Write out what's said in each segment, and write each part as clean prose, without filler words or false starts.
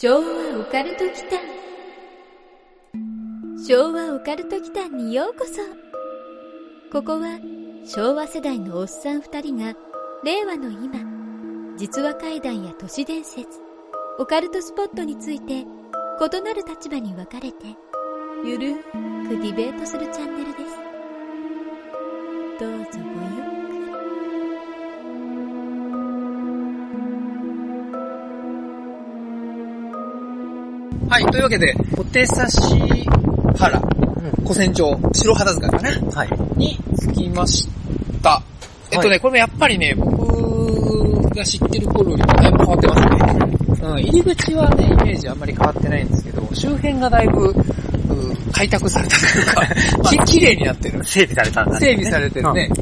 昭和オカルト祈間。昭和オカルト祈間にようこそ。ここは昭和世代のおっさん2人が令和の今、実話怪談や都市伝説、オカルトスポットについて異なる立場に分かれてゆるーくディベートするチャンネルです。どうぞごゆっくり。 はい、というわけで、小手指原、古戦場、白旗塚かな、はい、に着きました。これもやっぱりね、僕が知ってる頃よりもだいぶ変わってますね。入り口はね、イメージあんまり変わってないんですけど、周辺がだいぶ、開拓されたというか、綺麗になってる。 整備されたんだね。 整備されてるね。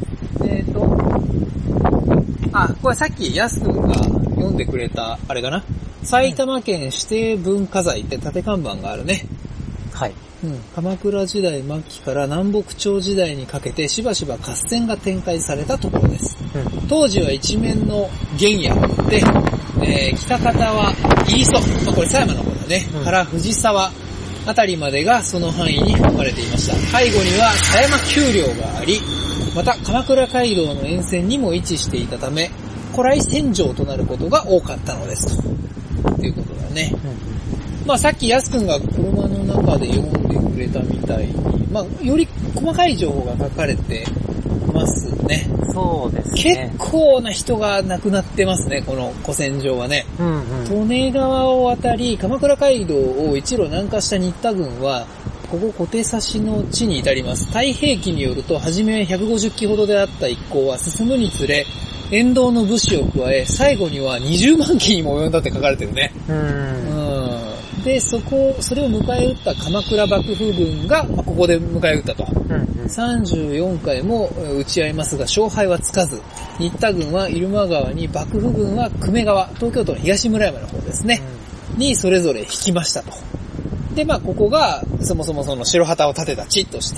これさっきヤス君が読んでくれた、あれかな、埼玉県指定文化財って縦看板があるね。 はい。 鎌倉時代末期から南北朝時代にかけてしばしば合戦が展開されたところです。当時は一面の原野で、北方は入磯、これ狭山の方だね、から藤沢あたりまでがその範囲に含まれていました。背後には狭山丘陵があり、また鎌倉街道の沿線にも位置していたため、古来戦場となることが多かったのですということだね。さっきヤス君が車の中で読んでくれたみたいに、より細かい情報が書かれてますね。 そうですね。結構な人が亡くなってますね、この古戦場はね。利根川を渡り、鎌倉街道を一路南下した新田軍は、ここ小手指の地に至ります。太平記によると、初めは150機ほどであった一行は進むにつれ、沿道の武士を加え、最後には20万機にも及んだって書かれてるね。で、それを迎え撃った鎌倉幕府軍が、ここで迎え撃ったと。34回も撃ち合いますが、勝敗はつかず、新田軍は入間川に、幕府軍は久米川、東京都の東村山の方ですね、にそれぞれ引きましたと。で、ここが、そもそもその白旗を立てた地として、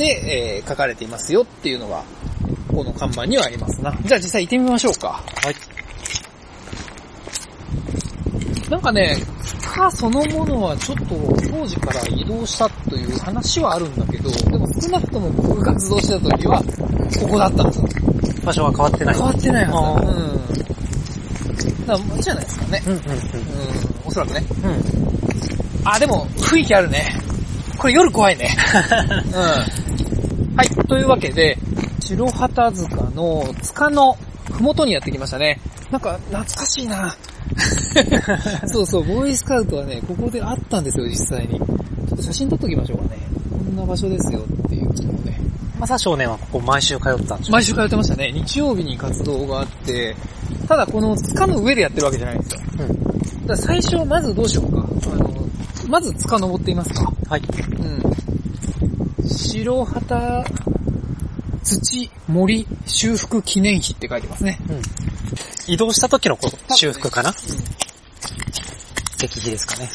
書かれていますよっていうのが、この看板にはありますな。じゃあ実際行ってみましょうか。はい。なんかね、塚そのものはちょっと当時から移動したという話はあるんだけど、でも少なくとも僕が活動してた時は、ここだったんですよ。 場所は変わってない。 変わってないはずだ。だからいいじゃないですかね。おそらくね。でも雰囲気あるね。これ夜怖いね。はい、というわけで、白旗塚の塚のふもとにやってきましたね。なんか懐かしいな。そうそう、ボーイスカウトはね、ここであったんですよ、実際に。ちょっと写真撮っときましょうかね。こんな場所ですよっていうのをね。 まさ少年はここ毎週通ったんでしょ？ 毎週通ってましたね。日曜日に活動があって、ただこの塚の上でやってるわけじゃないんですよ。だから最初まずどうしようか。まず塚登ってみますか。 はい。 白旗土森修復記念碑って書いてますね。 移動した時の修復かな？石碑ですかね。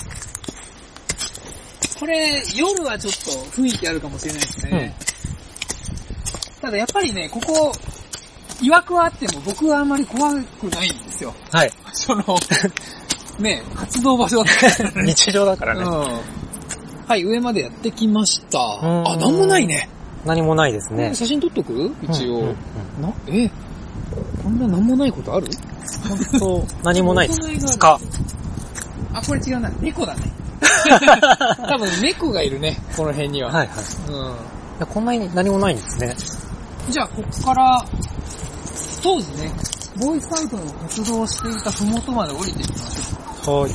これ、夜はちょっと雰囲気あるかもしれないですね。ただやっぱりね、ここ、曰くはあっても僕はあんまり怖くないんですよ。 はい。 ね、活動場所だったらね。 日常だからね。 はい、上までやってきました。なんもないね。 何もないですね。 写真撮っとく？一応。こんな何もないことある？ 本当何もないです。塚。 これ違うな。猫だね。多分猫がいるね、この辺には。はいはい。 こんなに何もないんですね。 じゃあ、こっから、当時ね、ボーイスカウトの活動をしていたふもとまで降りていきましょう。はい。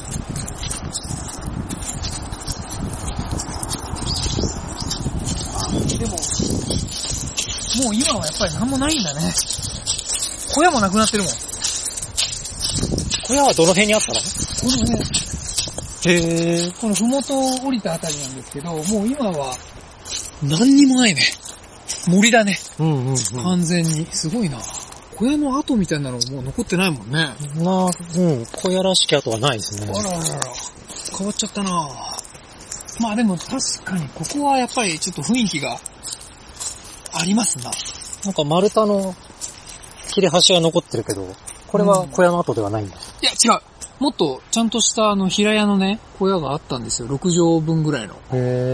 でも、もう今はやっぱり何もないんだね。小屋もなくなってるもん。 小屋はどの辺にあったの？この辺。このふもとを降りたあたりなんですけど、もう今は何にもないね。森だね。完全に。すごいな。小屋の跡みたいなのもう残ってないもんね。 小屋らしき跡はないですね。 あら。変わっちゃったな。でも確かにここはやっぱりちょっと雰囲気がありますな。 なんか丸太の切れ端が残ってるけど、これは小屋の跡ではないんだ。 いや、違う。 もっとちゃんとした平屋のね、小屋があったんですよ。6畳分ぐらいの。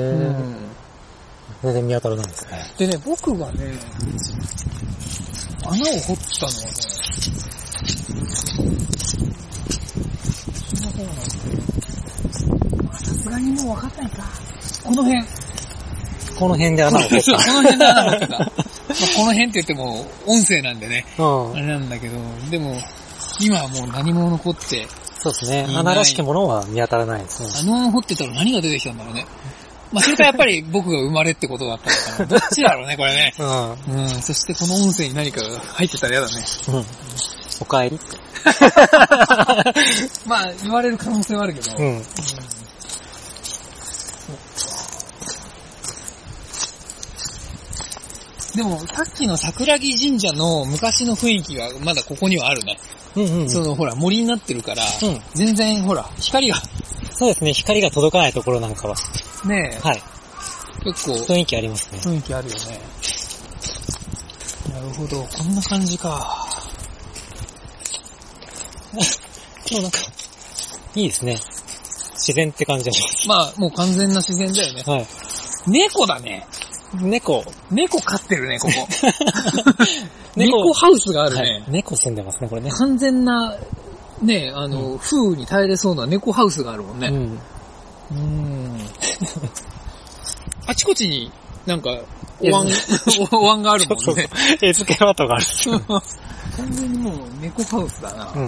全然見当たらないですね。 でね、僕がね、穴を掘ったのはね、その方なんで、さすがにもう分かんないか。この辺で穴を掘った。この辺で穴を掘った。まあ、この辺って言っても音声なんでね、あれなんだけど、でも、今はもう何も残って、 そうですね。穴らしきものは見当たらないですね。 穴を掘ってたら何が出てきたんだろうね。まあ、それかやっぱり僕が生まれってことだったのかな。どっちだろうね、これね。そしてこの音声に何かが入ってたら嫌だね。 お帰りって。 まあ、言われる可能性はあるけど。でも、さっきの桜木神社の昔の雰囲気はまだここにはあるね。そのほら、森になってるから、全然ほら、光が。 そうですね、光が届かないところなんかは。 ねえ。 はい。 結構。 雰囲気ありますね。 雰囲気あるよね。なるほど、こんな感じか。 でもなんか、いいですね。自然って感じだね。 まあ、もう完全な自然だよね。はい。猫だね。 猫飼ってるね、ここ。猫ハウスがあるね。はい、 猫住んでますね、これね。 完全な、ね、風に耐えれそうな猫ハウスがあるもんね。あちこちになんか、お椀があるもんね。 絵付けの跡がある。 完全にもう猫ハウスだな。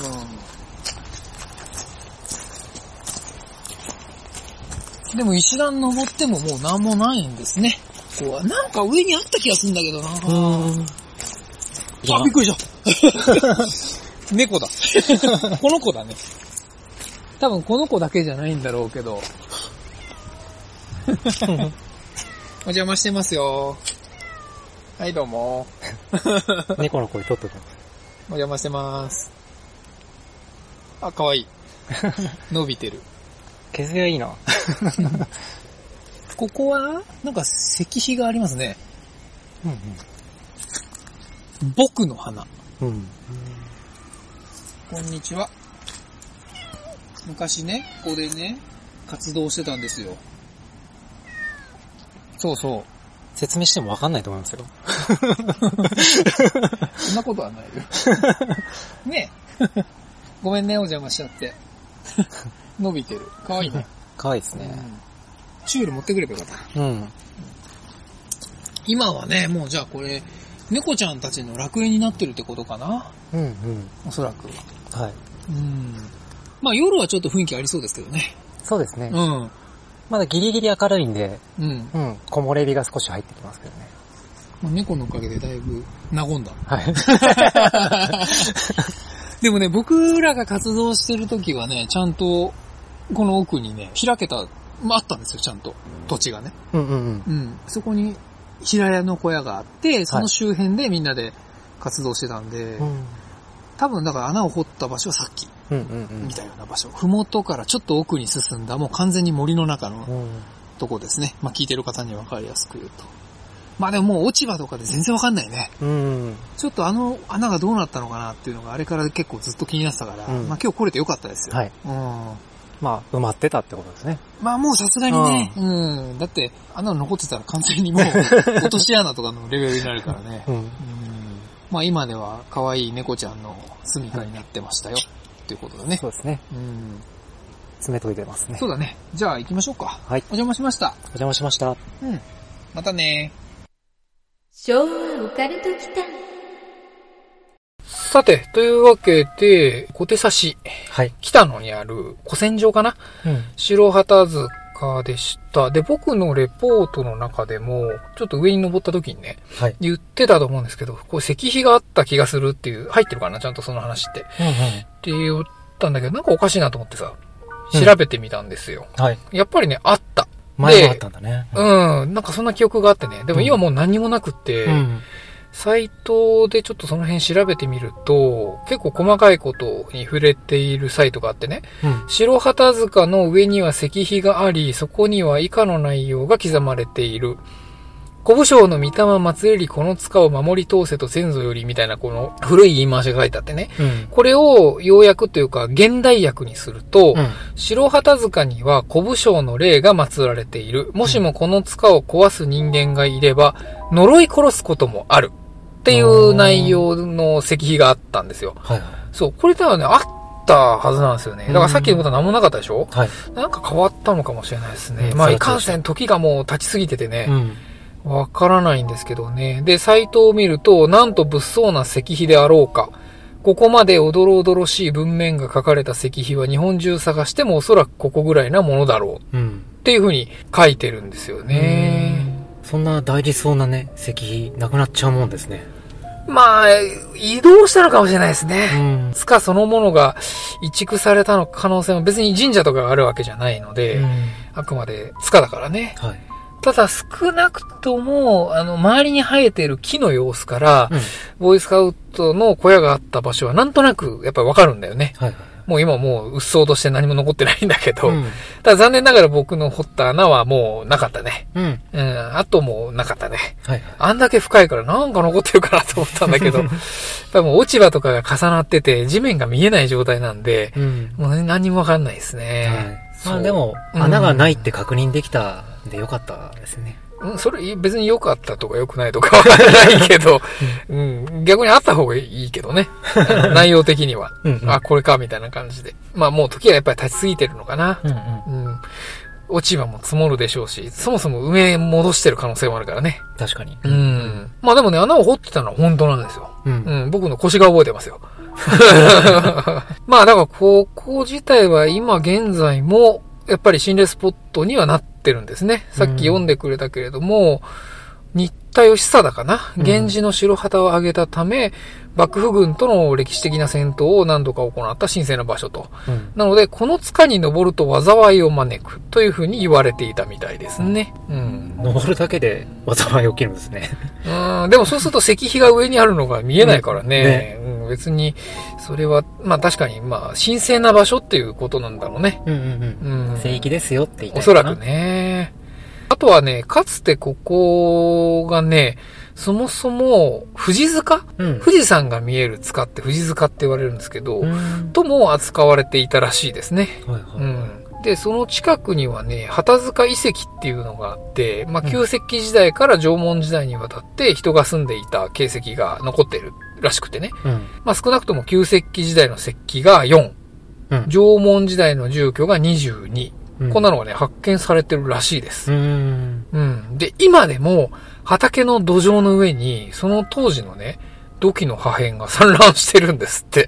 でも石段登ってももうなんもないんですね。こうなんか上にあった気がするんだけどな。あ、びっくりした。猫だ。この子だね。多分この子だけじゃないんだろうけど。お邪魔してますよ。はい、どうも。 猫の声取っとく。 お邪魔してます。あ、かわいい。伸びてる。 毛づやいいな。 ここは、なんか石碑がありますね。僕の花。こんにちは。昔ね、ここでね、活動してたんですよ。そうそう。 説明してもわかんないと思いますよ。 そんなことはないよ。ねえ。ごめんね、お邪魔しちゃって。伸びてる。かわいいね。 かわいいですね。 チュール持ってくればよかった。今はね、もうじゃあこれ、猫ちゃんたちの楽園になってるってことかな。おそらく。 はい。 まあ夜はちょっと雰囲気ありそうですけどね。 そうですね。まだギリギリ明るいんで、木漏れ日が少し入ってきますけどね。 まあ、猫のおかげでだいぶ和んだ。 はい。 でもね、僕らが活動してる時はね、ちゃんと、この奥にね、開けた、あったんですよ、ちゃんと。土地がね。そこに平屋の小屋があって、その周辺でみんなで活動してたんで、多分だから穴を掘った場所はさっき、みたいな場所。ふもとからちょっと奥に進んだ、もう完全に森の中のとこですね。まあ聞いてる方にわかりやすく言うと。まあでももう落ち葉とかで全然わかんないね。ちょっと穴がどうなったのかなっていうのがあれから結構ずっと気になってたから、まあ今日来れてよかったですよ。 はい。まあ埋まってたってことですね。 まあもうさすがにね、だって穴残ってたら完全にもう落とし穴とかのレベルになるからね。まあ今では可愛い猫ちゃんの住処になってましたよ。っていうことだね。 そうですね。爪研いでますね。 そうだね。じゃあ行きましょうか。 はい。 お邪魔しました。 お邪魔しました。 またね。 昭和オカルト期間。 さて、というわけで、小手差し。 はい。 北野にある古戦場かな。白旗塚でした。で、僕のレポートの中でも、ちょっと上に登った時にね、言ってたと思うんですけど、こう石碑があった気がするっていう、入ってるかなちゃんとその話って。って言ったんだけど、なんかおかしいなと思ってさ、調べてみたんですよ。やっぱりね、あった。 前もあったんだね。 なんかそんな記憶があってね。でも今もう何にもなくって、サイトでちょっとその辺調べてみると、結構細かいことに触れているサイトがあってね、白旗塚の上には石碑があり、そこには以下の内容が刻まれている。 古武将の御霊祭りこの塚を守り通せと先祖よりみたいなこの古い言い回しが書いてあってね。これを要約というか現代訳にすると、白旗塚には古武将の霊が祀られている。もしもこの塚を壊す人間がいれば、呪い殺すこともある。っていう内容の石碑があったんですよ。そう、これ多分ね、あったはずなんですよね。だからさっきのことは何もなかったでしょ？なんか変わったのかもしれないですね。まあ、いかんせん時がもう経ちすぎててね。わからないんですけどね。で、サイトを見ると、なんと物騒な石碑であろうか。ここまでおどろおどろしい文面が書かれた石碑は日本中探してもおそらくここぐらいなものだろう。っていう風に書いてるんですよね。 そんな大理想なね、石碑なくなっちゃうもんですね。 まあ、移動したのかもしれないですね。塚そのものが移築されたの可能性も別に神社とかがあるわけじゃないので、あくまで塚だからね。ただ少なくとも、周りに生えている木の様子から、ボーイスカウトの小屋があった場所はなんとなくやっぱりわかるんだよね。もう今もううっそうとして何も残ってないんだけど、ただ残念ながら僕の掘った穴はもうなかったね。跡もなかったね。あんだけ深いからなんか残ってるかなと思ったんだけど、やっぱりもう落ち葉とかが重なってて地面が見えない状態なんで、もう何もわかんないですね。 まあでも、穴がないって確認できたんでよかったですね。 それ別に良かったとか良くないとかわからないけど、逆にあった方がいいけどね。内容的には。あ、これか、みたいな感じで。まあもう時がやっぱり経ちすぎてるのかな。落ち葉も積もるでしょうし、そもそも上戻してる可能性もあるからね。 確かに。 まあでもね、穴を掘ってたのは本当なんですよ。僕の腰が覚えてますよ。まあだからここ自体は今現在も、やっぱり心霊スポットにはなってるんですね。さっき読んでくれたけれども、新田義貞かな、源氏の白旗を挙げたため、幕府軍との歴史的な戦闘を何度か行った神聖な場所と。なので、この塚に登ると災いを招くというふうに言われていたみたいですね。 登るだけで災い起きるんですね。 でもそうすると石碑が上にあるのが見えないからね。別に、それは、まあ確かに、まあ、神聖な場所っていうことなんだろうね。 聖域ですよって言いたいおそらくね。あとはね、かつてここがね、そもそも、富士塚、富士山が見える塚って富士塚って言われるんですけど、とも扱われていたらしいですね。で、その近くにはね、旗塚遺跡っていうのがあって、まあ、旧石器時代から縄文時代にわたって人が住んでいた形跡が残っているらしくてね。まあ、少なくとも旧石器時代の石器が4、縄文時代の住居が22、こんなのがね、発見されてるらしいです。で、今でも、畑の土壌の上に、その当時のね、土器の破片が散乱してるんですって。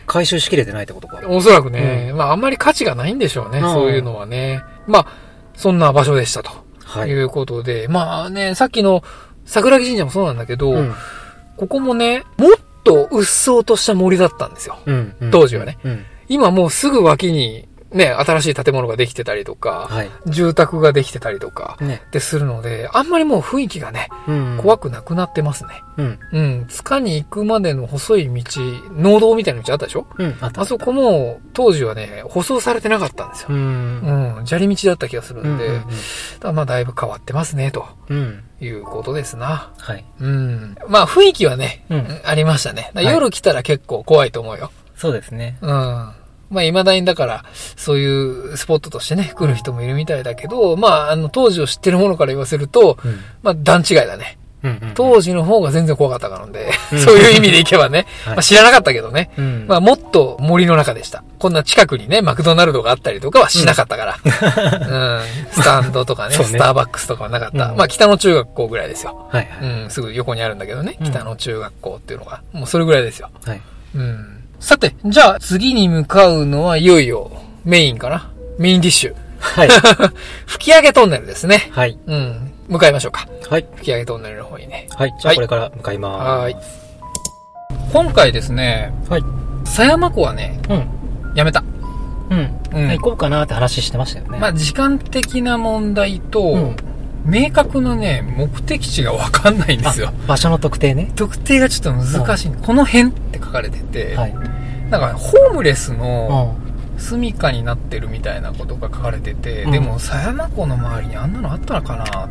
回収しきれてないってことか。 おそらくね、まああんまり価値がないんでしょうね、そういうのはね。まあ、そんな場所でしたと。いうことで、まあね、さっきの桜木神社もそうなんだけど、ここもね、もっとうっそうとした森だったんですよ。当時はね。今もうすぐ脇に、ね、新しい建物ができてたりとか、住宅ができてたりとか、でするので、あんまりもう雰囲気がね、怖くなくなってますね。塚に行くまでの細い道、農道みたいな道あったでしょ？あそこも、当時はね、舗装されてなかったんですよ。砂利道だった気がするんで、まあだいぶ変わってますね、ということですな。まあ雰囲気はね、ありましたね。夜来たら結構怖いと思うよ。 そうですね。 まあ、未だにだから、そういうスポットとしてね、来る人もいるみたいだけど、まあ、当時を知ってるものから言わせると、まあ、段違いだね。当時の方が全然怖かったからんで、そういう意味でいけばね、まあ、知らなかったけどね、まあ、もっと森の中でした。こんな近くにね、マクドナルドがあったりとかはしなかったから。スタンドとかね、スターバックスとかはなかった。まあ、北野中学校ぐらいですよ。すぐ横にあるんだけどね、北野中学校っていうのが、もうそれぐらいですよ。さて、じゃあ次に向かうのはいよいよメインかな？メインディッシュ。吹き上げトンネルですね。向かいましょうか。吹き上げトンネルの方にね。 じゃあこれから向かいます。 今回ですね、狭山湖はね、やめた。 行こうかなって話してましたよね。 まあ時間的な問題と、明確なね、目的地がわかんないんですよ。 場所の特定ね。 特定がちょっと難しい。この辺って書かれてて、なんかホームレスの住処になってるみたいなことが書かれてて、でも狭山湖の周りにあんなのあったのかなっ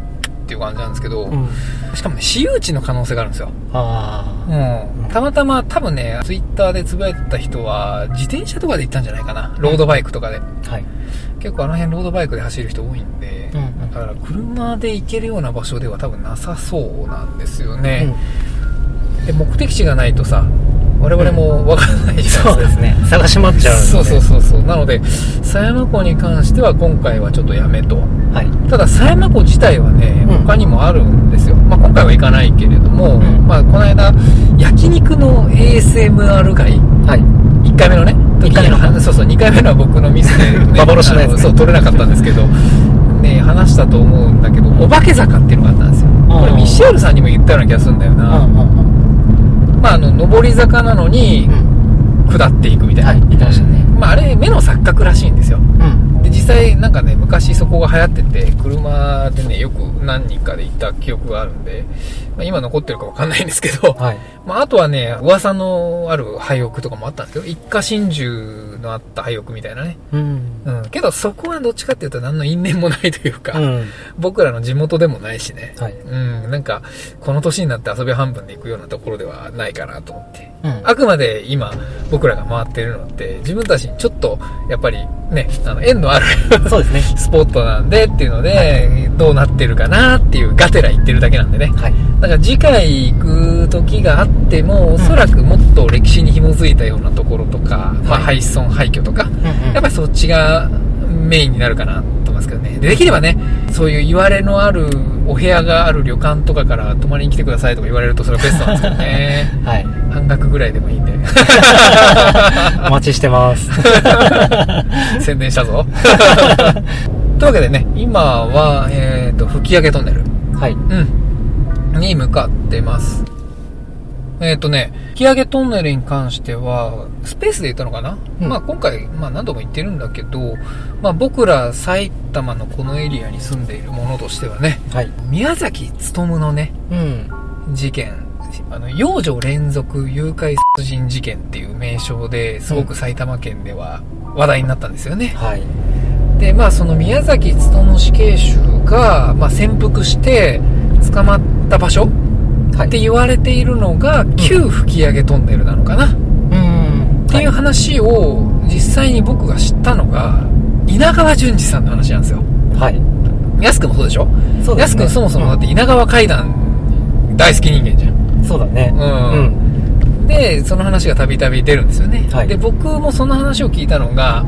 っていう感じなんですけど、しかもね、私有地の可能性があるんですよ。たまたま多分ね、ツイッターでつぶやいてた人は、自転車とかで行ったんじゃないかな。ロードバイクとかで。結構あの辺ロードバイクで走る人多いんで、だから車で行けるような場所では多分なさそうなんですよね。で、目的地がないとさ、我々も分からないじゃないですか。 そうですね。探し回っちゃうので。 そう。なので、狭山湖に関しては今回はちょっとやめと。ただ、狭山湖自体はね、他にもあるんですよ。まあ今回は行かないけれども、まあこの間、焼肉の ASMR 会、1回目のね、時に2回目のは僕のミスで、ね、 幻のやつ、 取れなかったんですけど、ね、話したと思うんだけど、お化け坂っていうのがあったんですよ。これミシェルさんにも言ったような気がするんだよな。まあ上り坂なのに、下っていくみたいな。 言ってましたね。 まああれ、目の錯覚らしいんですよ。で、実際なんかね、昔そこが流行ってて、車でね、よく何人かで行った記憶があるんで、まあ、今残ってるかわかんないんですけど、まああとはね、噂のある廃屋とかもあったんですけど、一家心中のあった廃屋みたいなね。けどそこはどっちかっていうと何の因縁もないというか、僕らの地元でもないしね、なんか、この年になって遊び半分で行くようなところではないかなと思って。あくまで今、僕らが回ってるのって、自分たちにちょっと、やっぱりね、縁のあるそうですね、 スポットなんでっていうので、どうなってるかなっていうがてら言ってるだけなんでね。だから次回行く時があっても、おそらくもっと歴史に紐づいたようなところとか、まあ廃村廃墟とか、やっぱりそっちがメインになるかなと思いますけどね。できればね、そういう言われのあるお部屋がある旅館とかから泊まりに来てくださいとか言われるとそれはベストなんですけどね。半額ぐらいでもいいんで。 お待ちしてます。 宣伝したぞ。というわけでね、今は、吹上トンネル。に向かってます。吹上トンネルに関しては、スペースで言ったのかな、まあ今回、まあ何度も言ってるんだけど、まあ僕ら埼玉のこのエリアに住んでいるものとしてはね、宮崎勉のね、事件、幼女連続誘拐殺人事件っていう名称ですごく埼玉県では話題になったんですよね。で、まあその宮崎勉死刑囚が、まあ潜伏して捕まった場所って言われているのが旧吹上トンネルなのかな、っていう話を実際に僕が知ったのが稲川淳二さんの話なんですよ。安くんもそうでしょ。安くんそもそもだって稲川階段大好き人間じゃん。 そうだね。 でその話がたびたび出るんですよね。で僕もその話を聞いたのが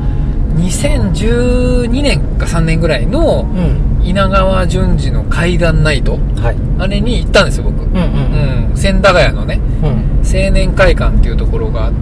2012年か3年ぐらいの稲川淳二の怪談ナイト、あれに行ったんですよ僕。千駄ヶ谷のね、青年会館っていうところがあって、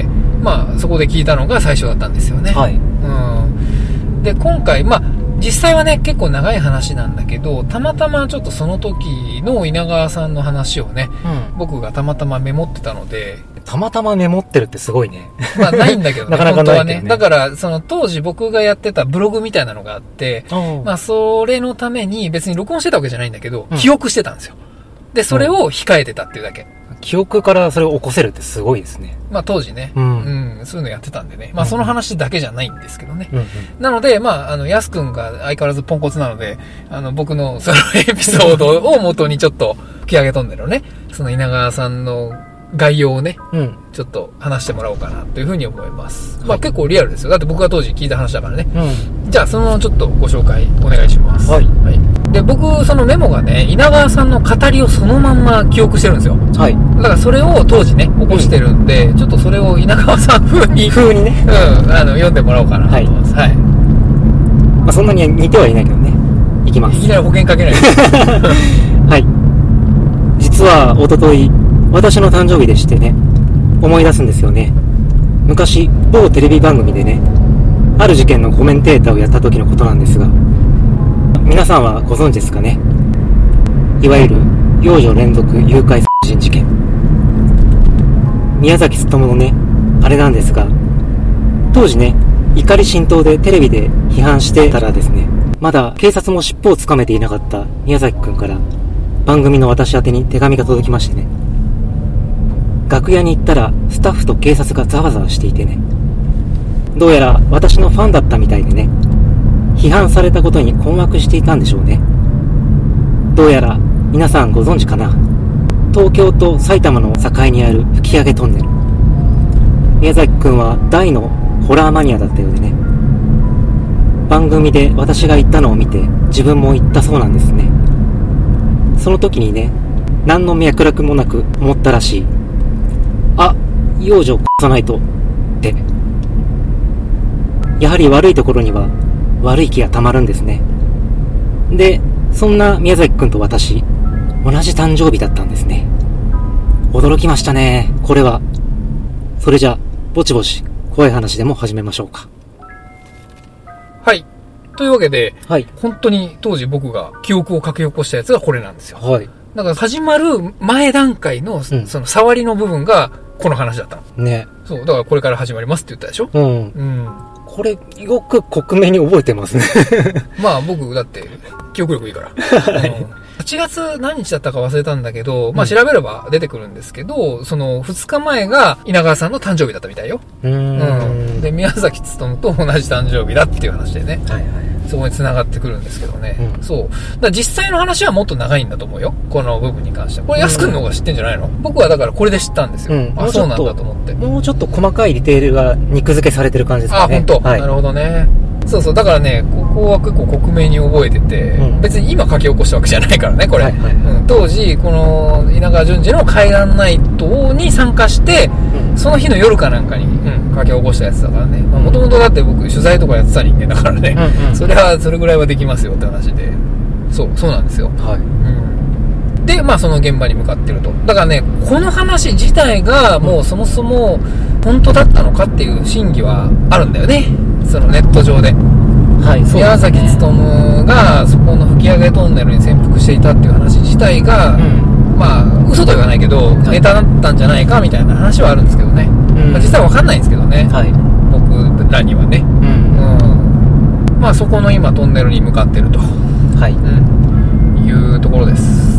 まあそこで聞いたのが最初だったんですよね。で今回まあ実際はね結構長い話なんだけど、たまたまちょっとその時の稲川さんの話をね、僕がたまたまメモってたので。 たまたまメモってるってすごいね。 まあないんだけどね。 なかなかないけどね。 本当はね。だからその当時僕がやってたブログみたいなのがあって、まあそれのために別に録音してたわけじゃないんだけど、記憶してたんですよ。でそれを控えてたっていうだけ。 記憶からそれを起こせるってすごいですね。 まあ当時ね、そういうのやってたんでね。まあその話だけじゃないんですけどね。なので、まあやすくんが相変わらずポンコツなので、僕のそのエピソードを元にちょっと吹上トンネルのね、その稲川さんの概要をね、ちょっと話してもらおうかなというふうに思います。まあ結構リアルですよ。だって僕が当時聞いた話だからね。じゃあそのちょっとご紹介お願いします。で、僕そのメモがね、稲川さんの語りをそのまんま記憶してるんですよ。だからそれを当時ね、起こしてるんで、ちょっとそれを稲川さん風にね、読んでもらおうかなと思います。まあそんなに似てはいないけどね。いきます。 いきなり保険かけないで。 実は一昨日私の誕生日でしてね、思い出すんですよね。昔、某テレビ番組でね、ある事件のコメンテーターをやった時のことなんですが、皆さんはご存知ですかね。いわゆる、幼女連続誘拐殺人事件。宮崎勉のね、あれなんですが、当時ね、怒り心頭でテレビで批判してたらですね、まだ警察も尻尾をつかめていなかった宮崎くんから、番組の私宛てに手紙が届きましてね、楽屋に行ったらスタッフと警察がざわざわしていてね、どうやら私のファンだったみたいでね、批判されたことに困惑していたんでしょうね。 どうやら皆さんご存知かな。東京と埼玉の境にある吹き上げトンネル。宮崎くんは大のホラーマニアだったようでね。番組で私が行ったのを見て自分も行ったそうなんですね。その時にね、何の脈絡もなく思ったらしい。あ、幼女を殺さないとって。やはり悪いところには悪い気がたまるんですね。で、そんな宮崎くんと私、同じ誕生日だったんですね。驚きましたね、これは。それじゃあ、ぼちぼち怖い話でも始めましょうか。 はい。というわけで、 はい、 本当に当時僕が記憶を書き起こしたやつがこれなんですよ。 はい。 だから始まる前段階の、その触りの部分がこの話だったの。 ね。 そう、だからこれから始まりますって言ったでしょ。うん。 これ、よく克明に覚えてますね。 まあ僕、だって、記憶力いいから。8月何日だったか忘れたんだけど、まあ調べれば出てくるんですけど、その2日前が稲川さんの誕生日だったみたいよ。で、宮崎勉と同じ誕生日だっていう話でね。はいはい。そこに繋がってくるんですけどね。そう。だから実際の話はもっと長いんだと思うよ。この部分に関しては。これ安くんの方が知ってんじゃないの？僕はだからこれで知ったんですよ。あ、そうなんだと思って。 もうちょっと細かいディテールが肉付けされてる感じですかね。 あ、本当。はい、なるほどね。そうそう。だからね、ここは結構克明に覚えてて、別に今書き起こしたわけじゃないからね、これ。はいはいはい、当時、この稲川淳二の怪談ナイトに参加して、その日の夜かなんかに、書き起こしたやつだからね。もともとだって僕取材とかやってた人間だからね。それぐらいはできますよって話で。そうなんですよ。はい。で、まあその現場に向かってると。だからね、この話自体がもうそもそも本当だったのかっていう真偽はあるんだよね。そのネット上で。はい、そうですね。宮崎勉がそこの吹き上げトンネルに潜伏していたっていう話自体が、まあ嘘とは言わないけど、ネタだったんじゃないかみたいな話はあるんですけどね。まあ、実際わかんないんですけどね。はい。僕らにはね。まあそこの今トンネルに向かってると。はい。いうところです。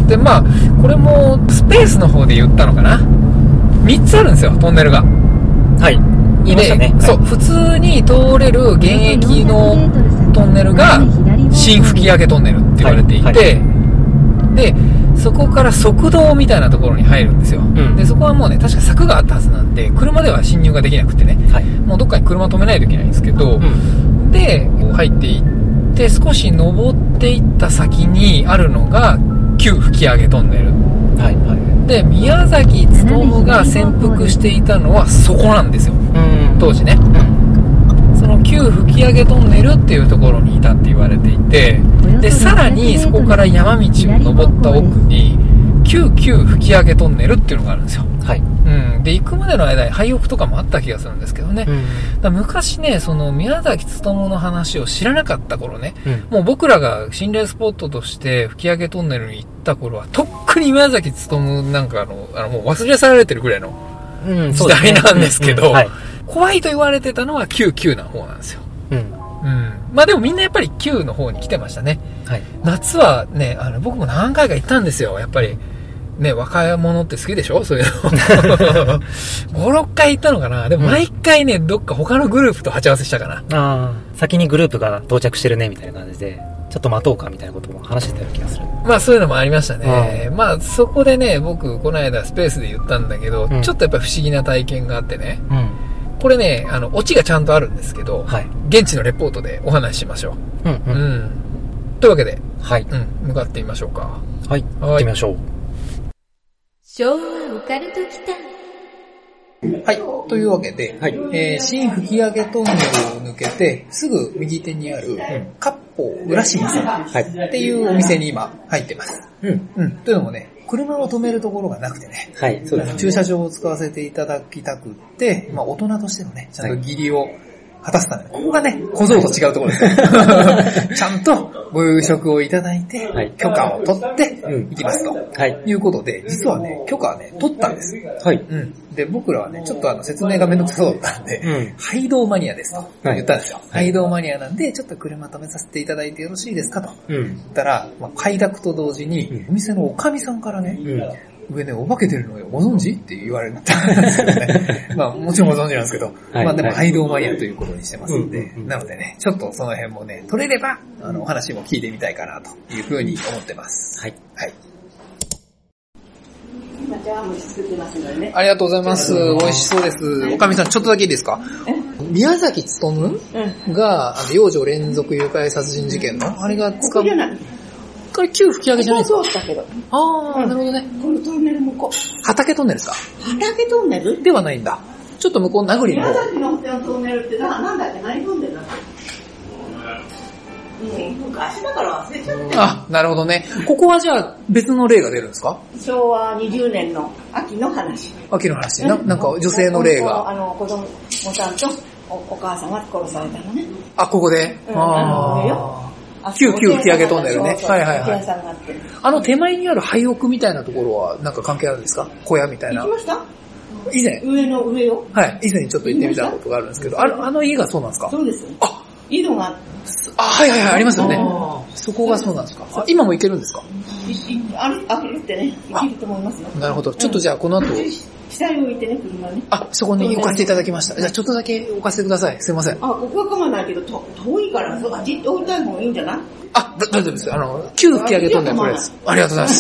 で、まあ、これもスペースの方で言ったのかな。3つあるんですよ、トンネルが。はい。言いましたね。そう、普通に通れる現役のトンネルが新吹上トンネルって言われていて、で、そこから側道みたいなところに入るんですよ。で、そこはもうね、確か柵があったはずなんで、車では進入ができなくてね、もうどっかに車止めないといけないんですけど、で、入っていって、少し登っていった先にあるのが旧吹上トンネル。はいはい。で、宮崎勉が潜伏していたのはそこなんですよ。当時ね。その旧吹上トンネルっていうところにいたって言われていて、で、さらにそこから山道を登った奥に、旧吹上トンネルっていうのがあるんですよ。はい。で、行くまでの間に廃屋とかもあった気がするんですけどね。だ昔ね、その宮崎勉の話を知らなかった頃ね、もう僕らが心霊スポットとして吹上トンネルに行った頃は、とっくに宮崎勉なんかもう忘れ去られてるぐらいの時代なんですけど、怖いと言われてたのは旧な方なんですよ。まあでもみんなやっぱり旧の方に来てましたね。はい、夏はね、僕も何回か行ったんですよ、やっぱり。ね、若者って好きでしょそういうの。5、6回行ったのかな。でも毎回ね、どっか他のグループと鉢合わせしたかな。ああ、先にグループが到着してるね、みたいな感じで、ちょっと待とうか、みたいなことも話してたような気がする。 まあそういうのもありましたね。まあそこでね、僕、この間スペースで言ったんだけど、ちょっとやっぱ不思議な体験があってね。これね、オチがちゃんとあるんですけど、現地のレポートでお話ししましょう。というわけで、向かってみましょうか。 はい、行ってみましょう。 昭和オカルト期間。 はい。というわけで、新吹上トンネルを抜けて、すぐ右手にある、割烹浦新さんっていうお店に今入ってます。というのもね、車を止めるところがなくてね、そうですね、駐車場を使わせていただきたくって、まあ大人としてのね、ちゃんと義理を果たすために、ここがね、小僧と違うところです。ちゃんとご夕食をいただいて、許可を取って行きますと、いうことで、実はね、許可はね、取ったんです。で、僕らはね、ちょっと説明がめんどくさそうだったんで、廃道マニアですと言ったんですよ。廃道マニアなんで、ちょっと車止めさせていただいてよろしいですかと言ったら、快諾と同時に、お店のおかみさんからね、 上ね、お化け出るのよ、ご存知って言われたんですけどね。まあ、もちろんご存知なんですけど、まあでも、ハイドーマイヤーということにしてますんで、なのでね、ちょっとその辺もね、取れれば、お話も聞いてみたいかな、というふうに思ってます。はい。はい。 今、茶碗蒸し作ってますのでね。 ありがとうございます。美味しそうです。おかみさん、ちょっとだけいいですか？宮崎勉が、幼女連続誘拐殺人事件の、あれがここじゃない。 これ旧吹き上げじゃないですか？ そうだけど。 ああ、なるほどね。 このトンネル向こう。 畑トンネルですか？ 畑トンネルではないんだ。ちょっと向こう名栗の。 宮崎のトンネルってなんだっけ、何トンネルだっけ？昔だから忘れちゃった。 あ、なるほどね。ここはじゃあ別の例が出るんですか？ 昭和20年の秋の話。 秋の話。なんか女性の例が。 子供さんとお母さんが殺されたのね。 あ、ここで？旧吹き上げトンネルね。はいはいはい。手前にある廃屋みたいなところはなんか関係あるんですか？小屋みたいな。 行きました？ 以前。 上よ。 はい。以前にちょっと行ってみたことがあるんですけど、あの家がそうなんですか？ そうです。 あ、 井戸がはいはいはい、ありますよね。そこがそうなんですか？今も行けるんですか？ 歩いてね、行けると思いますよ。 なるほど。ちょっとじゃあこの後。 下に置いてね、車ね。 あ、そこに置かせていただきました。じゃあちょっとだけ置かせてください。すいません。 ここは構わないけど、遠いから、あっち置いた方がいいんじゃない？ 大丈夫です。旧吹き上げトンネルこれです。ありがとうございます。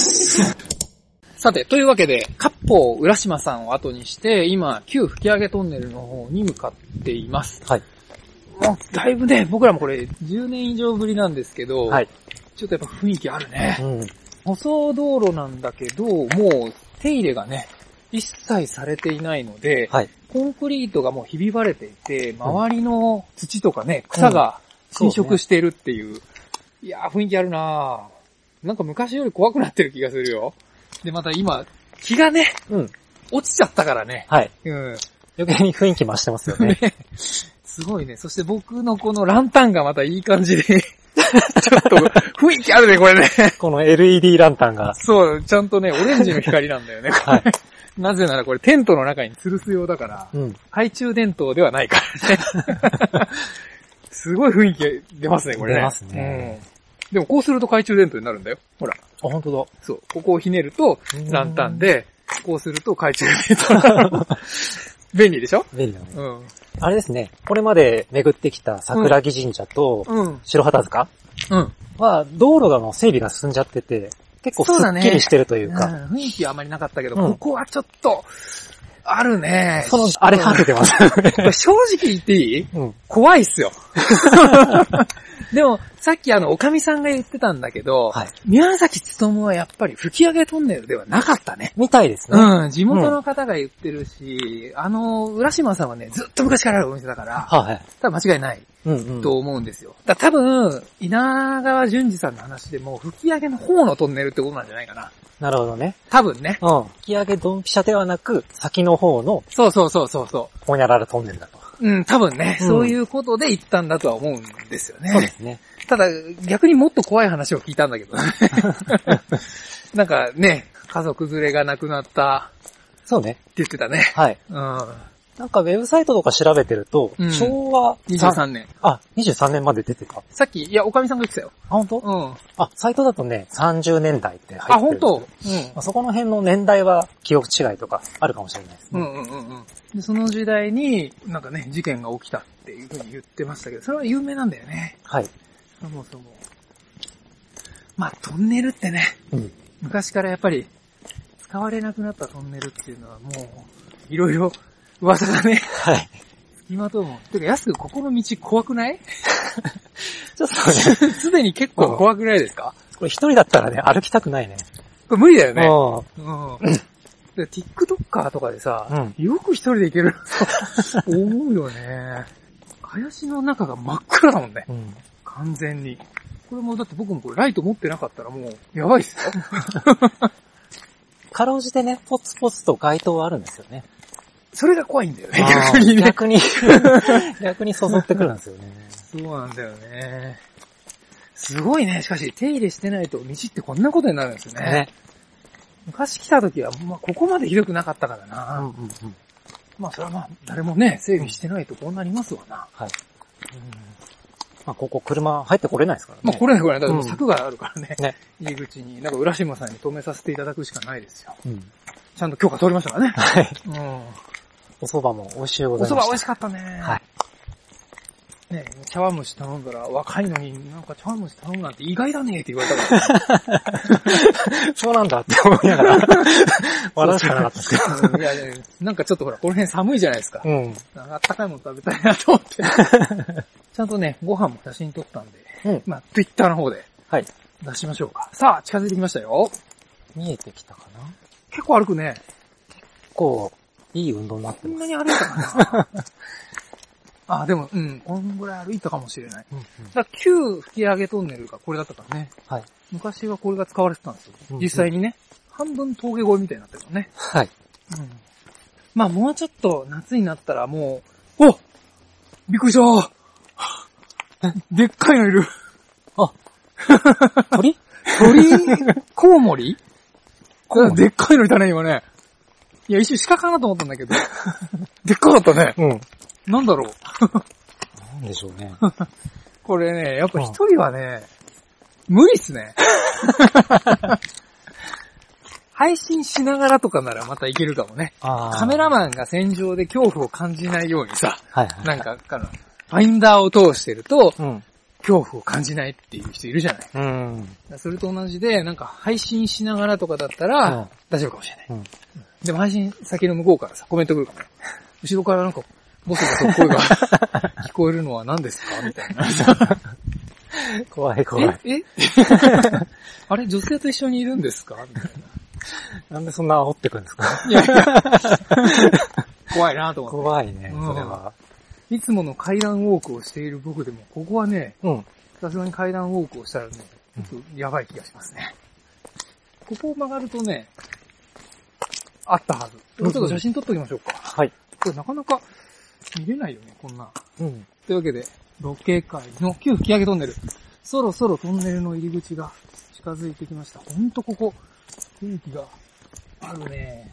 さて、というわけで、割烹浦島さんを後にして、今、旧吹き上げトンネルの方に向かっています。はい。もう、だいぶね、僕らもこれ、10年以上ぶりなんですけど、はい。ちょっとやっぱ雰囲気あるね。うん。舗装道路なんだけど、もう、手入れがね、一切されていないので、はい。コンクリートがもうひび割れていて、周りの土とかね、草が侵食しているっていう。いやー、雰囲気あるなぁ。なんか昔より怖くなってる気がするよ。で、また今、気がね、落ちちゃったからね。はい。 余計に雰囲気増してますよね。 すごいね。そして僕のこのランタンがまたいい感じで、ちょっと雰囲気あるね、これね。 この LED ランタンが。 そう、ちゃんとね、オレンジの光なんだよね。はい。なぜならこれテントの中に吊るす用だから、懐中電灯ではないからね。すごい雰囲気出ますね、これね。 出ますね。 でもこうすると懐中電灯になるんだよ。ほら。 あ、本当だ。 そう。ここをひねるとランタンで、こうすると懐中電灯になる。便利でしょ？ 便利だね。あれですね。これまで巡ってきた桜木神社と白旗塚は道路がもう整備が進んじゃってて、結構スッキリしてるというか。 雰囲気はあまりなかったけど、ここはちょっと、あるね。 あれ果ててます。 正直言っていい？怖いっすよ。でも、さっきおかみさんが言ってたんだけど、宮崎勉はやっぱり吹き上げトンネルではなかったね。 みたいですね。 地元の方が言ってるし、浦島さんはね、ずっと昔からあるお店だから、多分間違いない。と思うんですよ。多分、稲川淳二さんの話でも、吹き上げの方のトンネルってことなんじゃないかな。 なるほどね。 多分ね。 吹き上げドンピシャではなく、先の方の、 そう。 ほにゃららトンネルだと。 多分ね、そういうことで行ったんだとは思うんですよね。 そうですね。 ただ、逆にもっと怖い話を聞いたんだけどね。なんかね、家族連れが亡くなった。 そうね。 って言ってたね。 はい。なんかウェブサイトとか調べてると、昭和 23年。 23年まで出てた。 さっき、おかみさんが言ってたよ。 本当？サイトだとね、30年代って入ってる。 本当？そこの辺の年代は記憶違いとかあるかもしれないですね。 で、その時代に、なんかね、事件が起きたっていうふうに言ってましたけど、それは有名なんだよね。はい。そもそも。まあ、トンネルってね、昔からやっぱり、使われなくなったトンネルっていうのはもう、いろいろ、噂がね。はい。付きまとうもん。てか、安くここの道怖くない？ ちょっとね。 すでに結構怖くないですか？ これ一人だったらね、歩きたくないね。 これ無理だよね。で、TikToker とかでさ、よく一人で行けると思うよね。林の中が真っ暗だもんね。完全に。これもだって僕もこれライト持ってなかったらもう、やばいっすよ。 かろうじてね、ポツポツと街灯はあるんですよね。 それが怖いんだよね、逆にね。 逆に誘ってくるんですよね。 そうなんだよね。すごいね、しかし手入れしてないと道ってこんなことになるんですよね。昔来た時は、ここまでひどくなかったからな。それは誰もね、整備してないとこうなりますわな。はい。 まあ、ここ車入ってこれないですからね。 まあ、来れない。だから柵があるからね。ね。入り口に。なんか浦島さんに止めさせていただくしかないですよ。うん。ちゃんと許可取りましたからね。はい。うん。 お蕎麦も美味しいございました。 お蕎麦美味しかったね。はい。ね、茶碗蒸し頼んだら若いのになんか茶碗蒸し頼むなんて意外だねって言われたから、ね。 そうなんだって思いながら笑うしかなかったですけど。 いや、なんかちょっとほら、この辺寒いじゃないですか。うん。あったかいもの食べたいなと思って。ちゃんとね、ご飯も写真撮ったんで、うん、まあ、Twitter の方で、はい。出しましょうか。さあ、近づいてきましたよ。 見えてきたかな？ 結構歩くね。 結構、いい運動になってます。 こんなに歩いたかなあ、でも、うん、こんぐらい歩いたかもしれない。うんうん、だから旧吹き上げトンネルがこれだったからね。はい。昔はこれが使われてたんですよ。うんうん、実際にね。半分峠越えみたいになってるのね。はい。うん。まあもうちょっと夏になったらもう、お！びっくりしたでっかいのいる。 あ。鳥コウモリでっかいのいたね、今ね。いや、一瞬鹿かなと思ったんだけど。でっかかったね。うん。なんだろう。 なんでしょうね。 これね、やっぱ一人はね、無理っすね。配信しながらとかならまたいけるかもね。カメラマンが戦場で恐怖を感じないようにさ、はいはい、なんか、ファインダーを通してると、うん、恐怖を感じないっていう人いるじゃない。うん、それと同じで、なんか配信しながらとかだったら、うん、大丈夫かもしれない。うん、でも配信先の向こうからさ、コメント来るからね。後ろからなんか、ボソボソ声が聞こえるのは何ですかみたいな。 怖い怖い。 あれ女性と一緒にいるんですかみたいな。なんでそんな煽ってくるんですかいや怖いなと思って。 怖いね、それは。 いつもの階段ウォークをしている僕でも、ここはね、さすがに階段ウォークをしたらね、ちょっとやばい気がしますね。ここを曲がるとね、あったはず。ちょっと写真撮っときましょうか。はい。これなかなか見れないよね、こんな。うん。というわけで、ロケ界の旧吹き上げトンネル。そろそろトンネルの入り口が近づいてきました。ほんとここ、雰囲気があるね。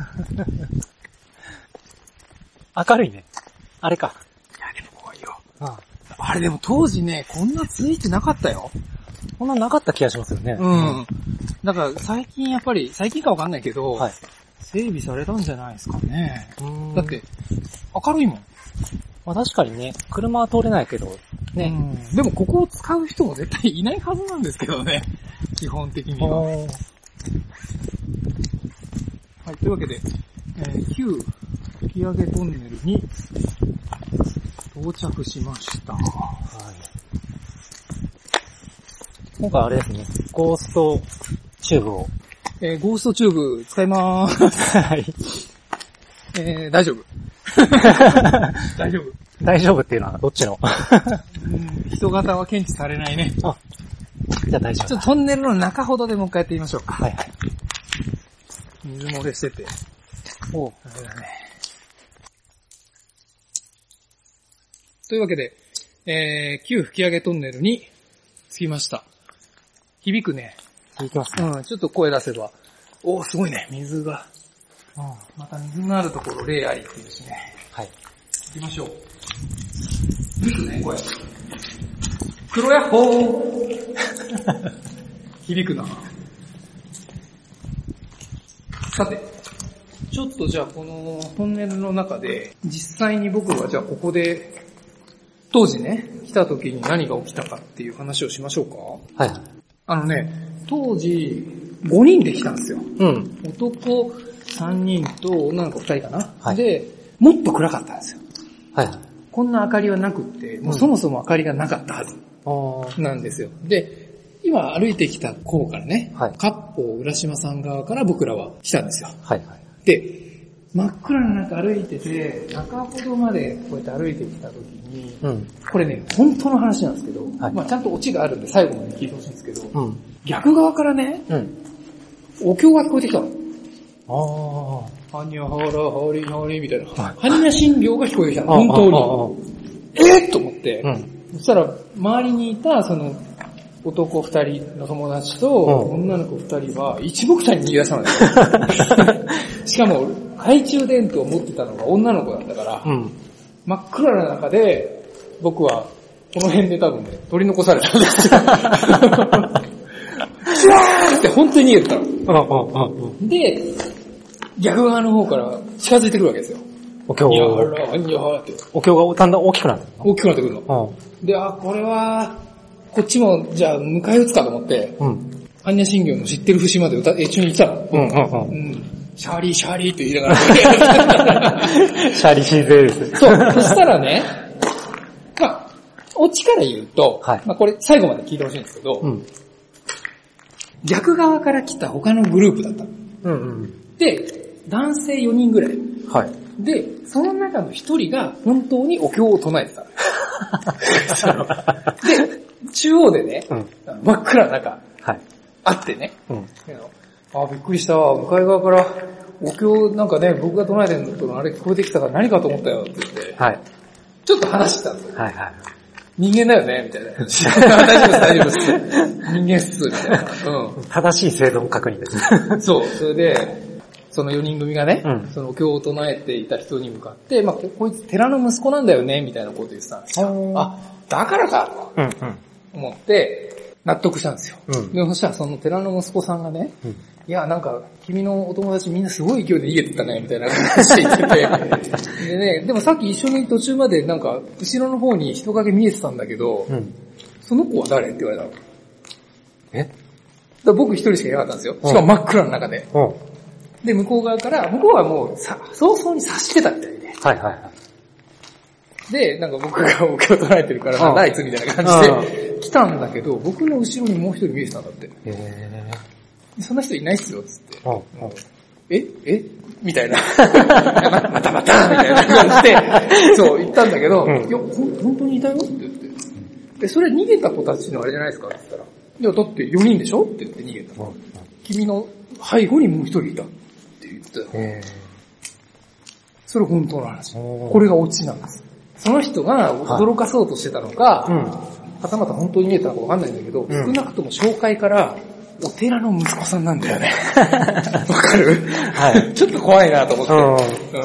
明るいね。あれか。 いや、でも怖いよ。あれでも当時ね、こんなついてなかったよ。 こんななかった気がしますよね。 うん。だから最近やっぱり、最近かわかんないけど、はい、整備されたんじゃないですかね。だって、明るいもん。 まあ確かにね、車は通れないけど、ね。 でもここを使う人も絶対いないはずなんですけどね。基本的には。はい、というわけで、旧吹き上げトンネルに到着しました。はい。 今回あれですね、ゴーストチューブを。 ゴーストチューブ使いまーす。はい。大丈夫。大丈夫。 大丈夫っていうのはどっちの人型は検知されないね。あ、 じゃあ大丈夫。 ちょっとトンネルの中ほどでもう一回やってみましょうか。はいはい。水漏れしてて。おう。あれだね。というわけで、旧吹き上げトンネルに着きました。響くね。 響きますね。 うん、ちょっと声出せば。おー、すごいね。水が。また水のあるところ、霊ありっていうしね。はい。行きましょう。響くね、声。黒ヤッホー響くな。さて、ちょっとじゃあこのトンネルの中で、実際に僕がじゃあここで、当時ね、来た時に何が起きたかっていう話をしましょうか。はい。当時、5人で来たんですよ。うん。男3人と女の子2人かな。はい。で、もっと暗かったんですよ。はい。こんな明かりはなくって、もうそもそも明かりがなかったはず。なんですよ。で、今歩いてきた方からね、はい。割烹浦島さん側から僕らは来たんですよ。はいはい。で、真っ暗な中歩いてて、中ほどまでこうやって歩いてきた時に、うん、これね、本当の話なんですけど、はい、まあちゃんとオチがあるんで最後まで聞いてほしいんですけど、うん、逆側からね、うん、お経が聞こえてきたの。はにゃはらはりはりみたいな。はにゃ神行が聞こえてきたの。本当に。と思って、うん、そしたら周りにいたその男2人の友達と女の子2人は一目散に逃げ出したのよ。しかも懐中電灯を持ってたのが女の子だったから、うん、真っ暗な中で僕はこの辺で多分ね、取り残されたんですよ。キャーって本当に逃げてたの。で、逆側の方から近づいてくるわけですよ。 お経いやはら、いやはらって。 お経がだんだん大きくなる。 大きくなってくるの。で、これは、こっちも、じゃあ、迎え撃つかと思って、般若心経の知ってる節まで一緒に行ったの。シャーリー、シャーリーって言いながら。 シャーリーシーゼーです。 そう。そしたらね、まあ、オチから言うと、まあこれ最後まで聞いてほしいんですけど、逆側から来た他のグループだったの。で、男性4人ぐらい。で、その中の1人が本当にお経を唱えてた。で、中央でね、真っ暗な中、あってね、びっくりしたわ、向かい側からお経なんかね、僕が唱えてるのとあれ聞こえてきたから何かと思ったよって言って、ちょっと話してたんですよ。人間だよねみたいな。大丈夫です。人間っす、みたいな。 正しい生存確認ですね。 そう。それで、その4人組がね、そのお経を唱えていた人に向かって、まあ、こいつ寺の息子なんだよね、みたいなこと言ってたんですよ。だからかと思って、納得したんですよ。で、そしたらその寺の息子さんがね、いや、なんか、君のお友達みんなすごい勢いで逃げてたね、みたいな話言ってて。でね、でもさっき一緒に途中までなんか、後ろの方に人影見えてたんだけど、その子は誰って言われたの。だ僕一人しかいなかったんですよ。しかも真っ暗の中で。で、向こう側から、向こうはもう早々に察してたみたいで。で、なんか僕がお経を唱えてるから、なんだあいつみたいな感じで来たんだけど、僕の後ろにもう一人見えてたんだって。そんな人いないっすよ、つって。えみたいな。またみたいな感じで、そう、言ったんだけど、いや、本当にいたよって言って。それ逃げた子たちのあれじゃないですかって言ったら、いや、だって4人でしょって言って逃げた。君の背後にもう一人いたって言って。それ本当の話。これがオチなんです。その人が驚かそうとしてたのか、はたまた本当に見えたのかわかんないんだけど、少なくとも紹介から、お寺の息子さんなんだよね。わかる？ちょっと怖いなと思って。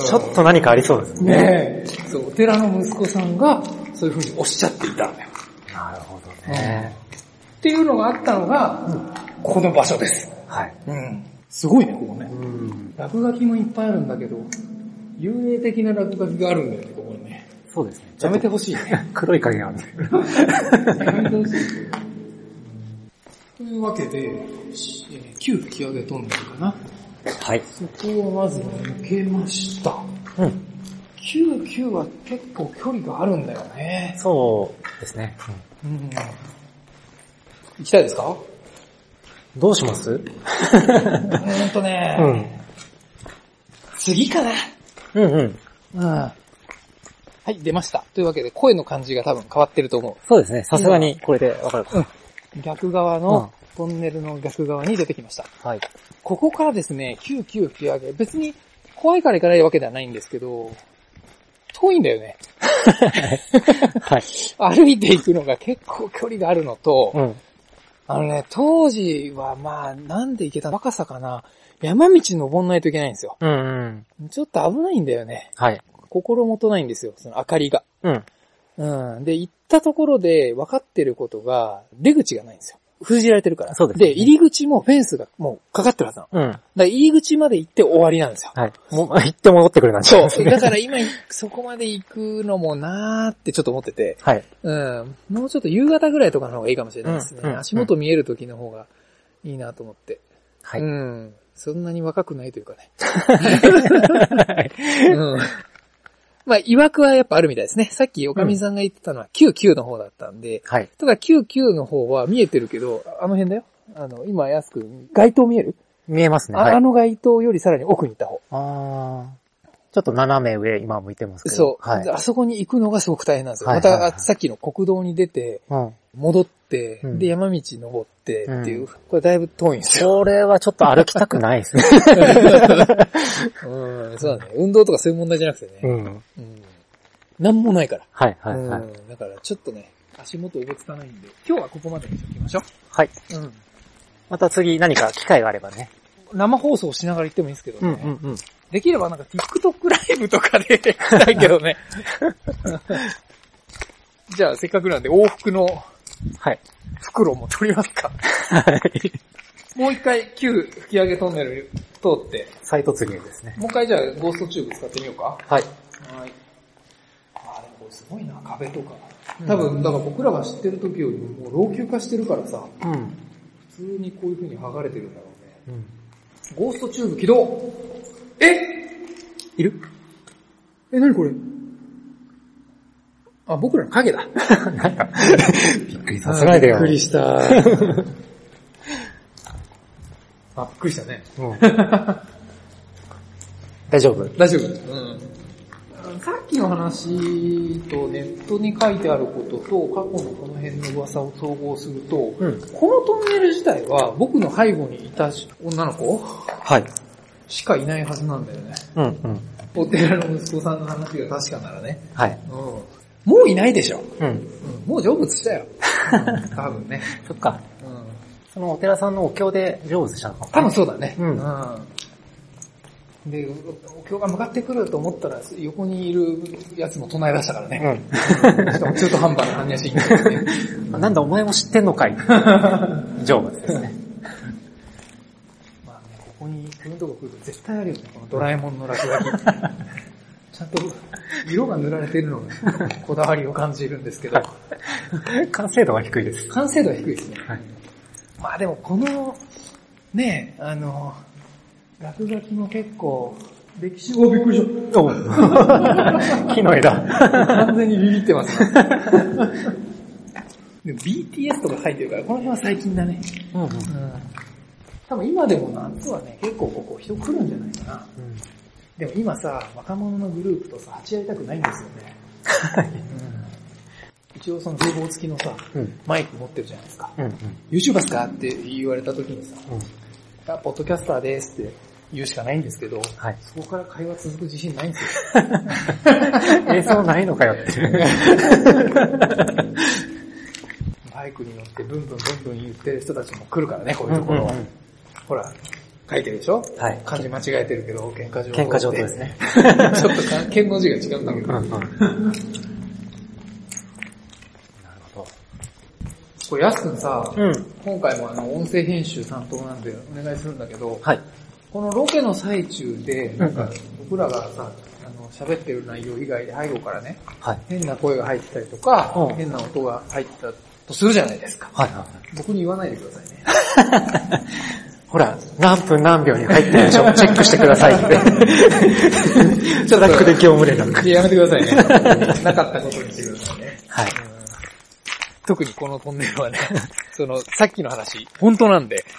ちょっと何かありそうですね。 ねえ。そう、お寺の息子さんが、そういう風におっしゃっていたんだよ。 なるほどね。 っていうのがあったのが、ここの場所です。すごいね、ここね。落書きもいっぱいあるんだけど、幽霊的な落書きがあるんだよね、ここにね。 そうですね。 やめてほしいね。 黒い影があるんだけど。 やめてほしい。というわけで、旧吹上トンネルかな。そこをまず抜けました。旧は結構距離があるんだよね。 そうですね。 行きたいですか？ どうします？ 次かな。はい、出ました。というわけで、声の感じが多分変わってると思う。 そうですね。さすがにこれでわかるかな。 逆側の、トンネルの逆側に出てきました。ここからですね、旧吹き上げ。別に怖いから行かないわけではないんですけど、遠いんだよね。歩いていくのが結構距離があるのと、当時はまあ、なんで行けた若さかな。山道登んないといけないんですよ。ちょっと危ないんだよね。心もとないんですよ、その明かりが。で、行ったところで分かってることが、出口がないんですよ。封じられてるから。で、入り口もフェンスがもうかかってるはずなの。だから入り口まで行って終わりなんですよ。 もう行って戻ってくるなんて。 そう。だから今、そこまで行くのもなーってちょっと思ってて。もうちょっと夕方ぐらいとかの方がいいかもしれないですね。足元見える時の方がいいなと思って。そんなに若くないというかね。まあ、曰くはやっぱあるみたいですね。さっきおかみさんが言ってたのは99の方だったんで、ただ99の方は見えてるけど、あの辺だよ。今安く街灯見える？ 見えますね。 あの街灯よりさらに奥に行った方。 ちょっと斜め上今向いてますけど。 そう。あそこに行くのがすごく大変なんですよ。またさっきの国道に出て、戻って、で山道登ってっていう、これだいぶ遠いんですよ。 これはちょっと歩きたくないですね。 そうだね。運動とかそういう問題じゃなくてね。なんもないから。だからちょっとね、足元おぼつかないんで、今日はここまでにしておきましょう。 また次何か機会があればね。 生放送しながら行ってもいいんですけどね。できればなんか TikTok ライブとかでしたいけどね。 じゃあせっかくなんで往復の、 はい。 袋も取りますか。 はい。 もう一回旧吹き上げトンネル通って。 再突入ですね。 もう一回じゃあゴーストチューブ使ってみようか。 はい。 はい。でもこれすごいな、壁とか。多分、だから僕らが知ってる時よりももう老朽化してるからさ、普通にこういう風に剥がれてるんだろうね。ゴーストチューブ起動。いる？何これ？あ、僕らの影だ。 なんか、びっくりさせないでよ。 びっくりした。あ、びっくりしたね。 大丈夫？ 大丈夫。さっきの話とネットに書いてあることと過去のこの辺の噂を総合すると、このトンネル自体は僕の背後にいた女の子しかいないはずなんだよね。お寺の息子さんの話が確かならね。 はい。 もういないでしょ。もう成仏したよ。多分ね。 そっか。そのお寺さんのお経で成仏したのかも。 多分そうだね。で、お経が向かってくると思ったら、横にいるやつも唱え出したからね。しかも中途半端な般若心経ね。 なんだお前も知ってんのかい。成仏ですね。 まあね、ここにこういうとこ来ると絶対あるよね。このドラえもんの落書き。ちゃんと色が塗られているのがこだわりを感じるんですけど。 完成度は低いです。 完成度は低いですね。まあでもこの、ね、落書きも結構、歴史をびっくりした。 木の枝。 完全にビビってますね。でも BTS とか入ってるから、この辺は最近だね。多分今でも夏はね、結構ここ人来るんじゃないかな。でも今さ、若者のグループとさ、鉢合いたくないんですよね。一応その風貌付きのさ、マイク持ってるじゃないですか。YouTuber ですかって言われた時にさ、ポッドキャスターですって言うしかないんですけど、そこから会話続く自信ないんですよ。 映像ないのかよって。 バイクに乗ってブンブン言ってる人たちも来るからね、こういうところは。ほら、書いてるでしょ？漢字間違えてるけど、喧嘩上等。 喧嘩上等ですね。 ちょっと剣の字が違うんだけど。これ、やすくんさ、今回も音声編集担当なんでお願いするんだけど、このロケの最中で、なんか僕らがさ、喋ってる内容以外で背後からね、変な声が入ってたりとか、変な音が入ってたとするじゃないですか。僕に言わないでくださいね。 ほら、何分何秒に入ってるでしょチェックしてくださいって。ちょっと楽で業務連絡。 やめてくださいね。なかったことにしてくださいね。特にこのトンネルはね、さっきの話、本当なんで。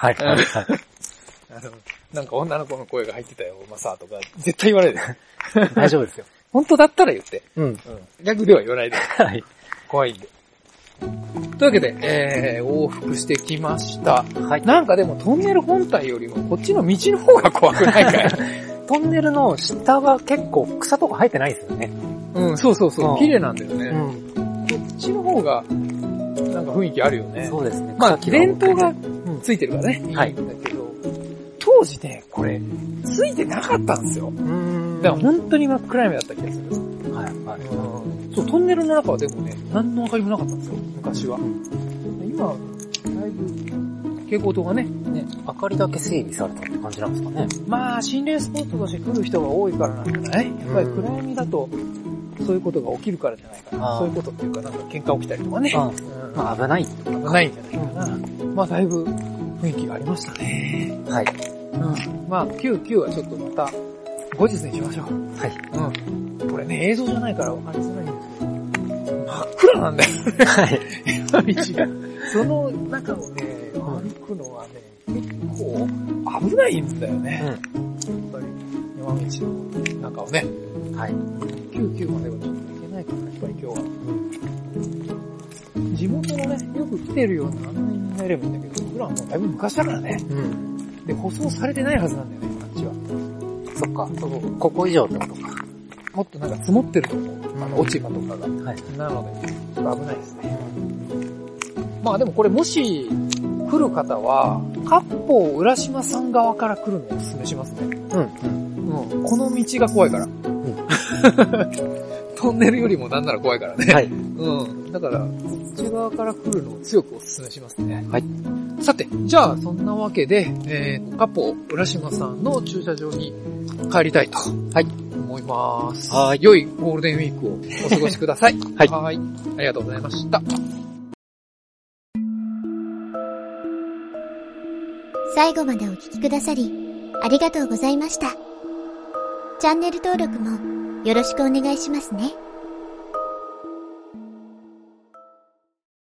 なんか女の子の声が入ってたよ、マサとか、絶対言わないで。 大丈夫ですよ。 本当だったら言って。逆では言わないで。怖いんで。というわけで、往復してきました。なんかでもトンネル本体よりもこっちの道の方が怖くないかい？ トンネルの下は結構草とか生えてないですよね。 そう。綺麗なんだよね。こっちの方が、なんか雰囲気あるよね。 そうですね。 まあ、電灯がついてるからね。いいんだけど、当時ね、これ、ついてなかったんですよ。だから本当に真っ暗闇だった気がする。そう、トンネルの中はでもね、何の明かりもなかったんですよ、昔は。今、だいぶ、蛍光灯がね、 明かりだけ整備されたって感じなんですかね。 まあ、心霊スポットとして来る人が多いからなんじゃない？やっぱり暗闇だと、そういうことが起きるからじゃないかな。そういうことっていうか、なんか喧嘩起きたりとかね。 まあ危ないんじゃないかな。まあだいぶ雰囲気がありましたね。まあ99はちょっとまた後日にしましょう。これね、映像じゃないから分かりづらいんですけど、真っ暗なんだよね。山道が。その中をね、歩くのはね、結構危ないんだよね。やっぱり山道の中をね。99まではちょっと行けないから、やっぱり今日は。地元のね、よく来てるような案内になればいいんだけど、僕らはもうだいぶ昔だからね。で、舗装されてないはずなんだよね、あっちは。 そっか、ここ以上ってことか。 もっとなんか積もってると思う。落ち葉とかが。なので、ちょっと危ないですね。まあでもこれもし来る方は、割烹浦島さん側から来るのをお勧めしますね。この道が怖いから。 トンネルよりもなんなら怖いからね。 はい。 うん。だから、そっち側から来るのを強くお勧めしますね。 はい。 さて、じゃあ、そんなわけで、カポ浦島さんの駐車場に帰りたいと。はい。思います。 はい。 良いゴールデンウィークをお過ごしください。 はい。 はい。ありがとうございました。 最後までお聞きくださり、ありがとうございました。チャンネル登録もよろしくお願いしますね。